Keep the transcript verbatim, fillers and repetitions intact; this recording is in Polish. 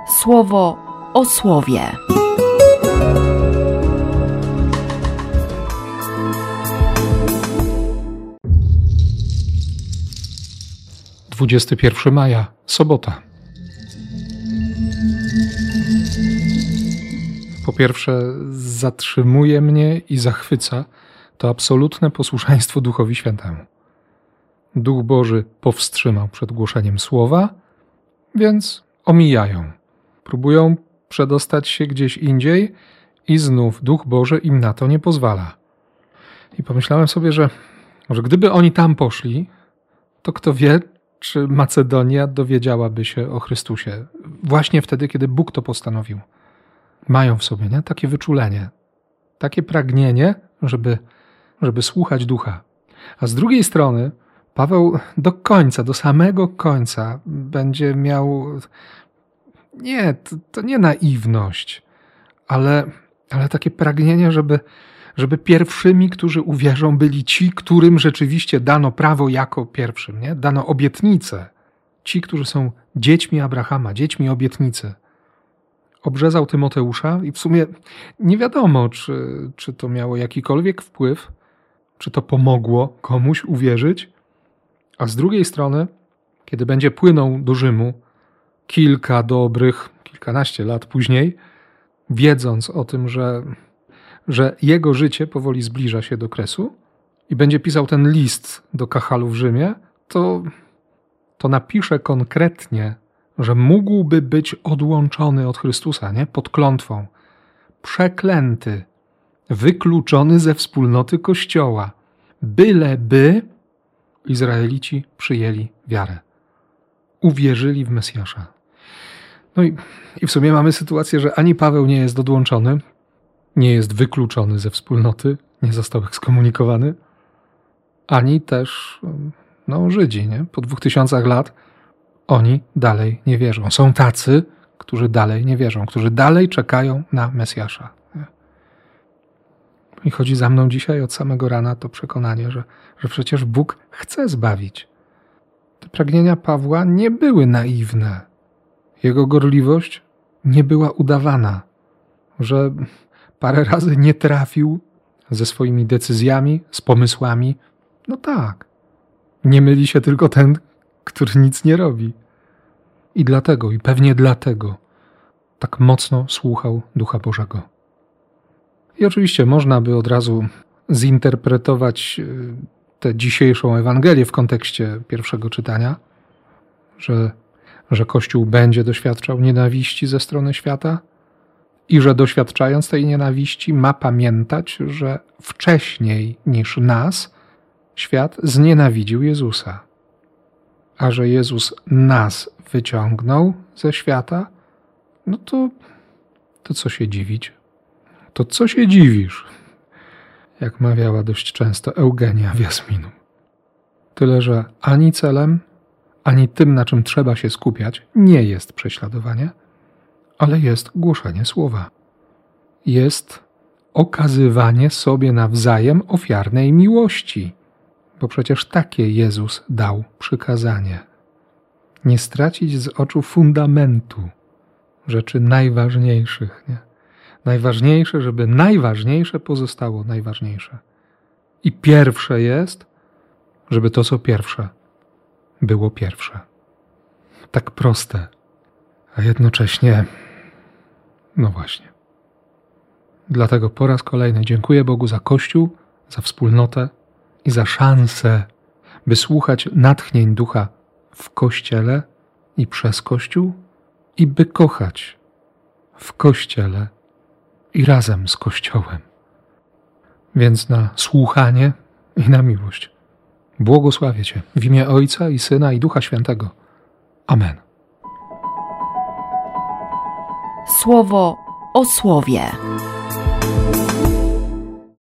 Słowo o słowie. dwudziestego pierwszego maja, sobota. Po pierwsze, zatrzymuje mnie i zachwyca to absolutne posłuszeństwo Duchowi Świętemu. Duch Boży powstrzymał przed głoszeniem słowa, więc omijają. Próbują przedostać się gdzieś indziej i znów Duch Boży im na to nie pozwala. I pomyślałem sobie, że, że gdyby oni tam poszli, to kto wie, czy Macedonia dowiedziałaby się o Chrystusie. Właśnie wtedy, kiedy Bóg to postanowił. Mają w sobie nie? takie wyczulenie, takie pragnienie, żeby, żeby słuchać Ducha. A z drugiej strony Paweł do końca, do samego końca będzie miał, nie, to, to nie naiwność, ale, ale takie pragnienie, żeby, żeby pierwszymi, którzy uwierzą, byli ci, którym rzeczywiście dano prawo jako pierwszym, nie? Dano obietnicę. Ci, którzy są dziećmi Abrahama, dziećmi obietnicy. Obrzezał Tymoteusza i w sumie nie wiadomo, czy, czy to miało jakikolwiek wpływ, czy to pomogło komuś uwierzyć, a z drugiej strony, kiedy będzie płynął do Rzymu kilka dobrych, kilkanaście lat później, wiedząc o tym, że, że jego życie powoli zbliża się do kresu i będzie pisał ten list do kachalu w Rzymie, to, to napisze konkretnie, że mógłby być odłączony od Chrystusa, nie? Pod klątwą, przeklęty, wykluczony ze wspólnoty Kościoła, byleby Izraelici przyjęli wiarę, uwierzyli w Mesjasza. No i, i w sumie mamy sytuację, że ani Paweł nie jest odłączony, nie jest wykluczony ze wspólnoty, nie został ekskomunikowany, ani też no, Żydzi, nie? Po dwóch tysiącach lat oni dalej nie wierzą. Są tacy, którzy dalej nie wierzą, którzy dalej czekają na Mesjasza. I chodzi za mną dzisiaj od samego rana to przekonanie, że, że przecież Bóg chce zbawić. Te pragnienia Pawła nie były naiwne. Jego gorliwość nie była udawana. Że parę razy nie trafił ze swoimi decyzjami, z pomysłami. No tak. Nie myli się tylko ten, który nic nie robi. I dlatego, i pewnie dlatego, tak mocno słuchał Ducha Bożego. I oczywiście można by od razu zinterpretować tę dzisiejszą Ewangelię w kontekście pierwszego czytania, że, że Kościół będzie doświadczał nienawiści ze strony świata i że doświadczając tej nienawiści ma pamiętać, że wcześniej niż nas świat znienawidził Jezusa. A że Jezus nas wyciągnął ze świata, no to, to co się dziwić? To co się dziwisz? Jak mawiała dość często Eugenia w Jasminu. Tyle, że ani celem, ani tym, na czym trzeba się skupiać, nie jest prześladowanie, ale jest głoszenie słowa. Jest okazywanie sobie nawzajem ofiarnej miłości. Bo przecież takie Jezus dał przykazanie. Nie stracić z oczu fundamentu, rzeczy najważniejszych. Nie? Najważniejsze, żeby najważniejsze pozostało najważniejsze. I pierwsze jest, żeby to, co pierwsze, było pierwsze. Tak proste, a jednocześnie, no właśnie. Dlatego po raz kolejny dziękuję Bogu za Kościół, za wspólnotę, i za szansę, by słuchać natchnień Ducha w Kościele i przez Kościół i by kochać w Kościele i razem z Kościołem. Więc na słuchanie i na miłość błogosławię Cię w imię Ojca i Syna i Ducha Świętego. Amen. Słowo o słowie.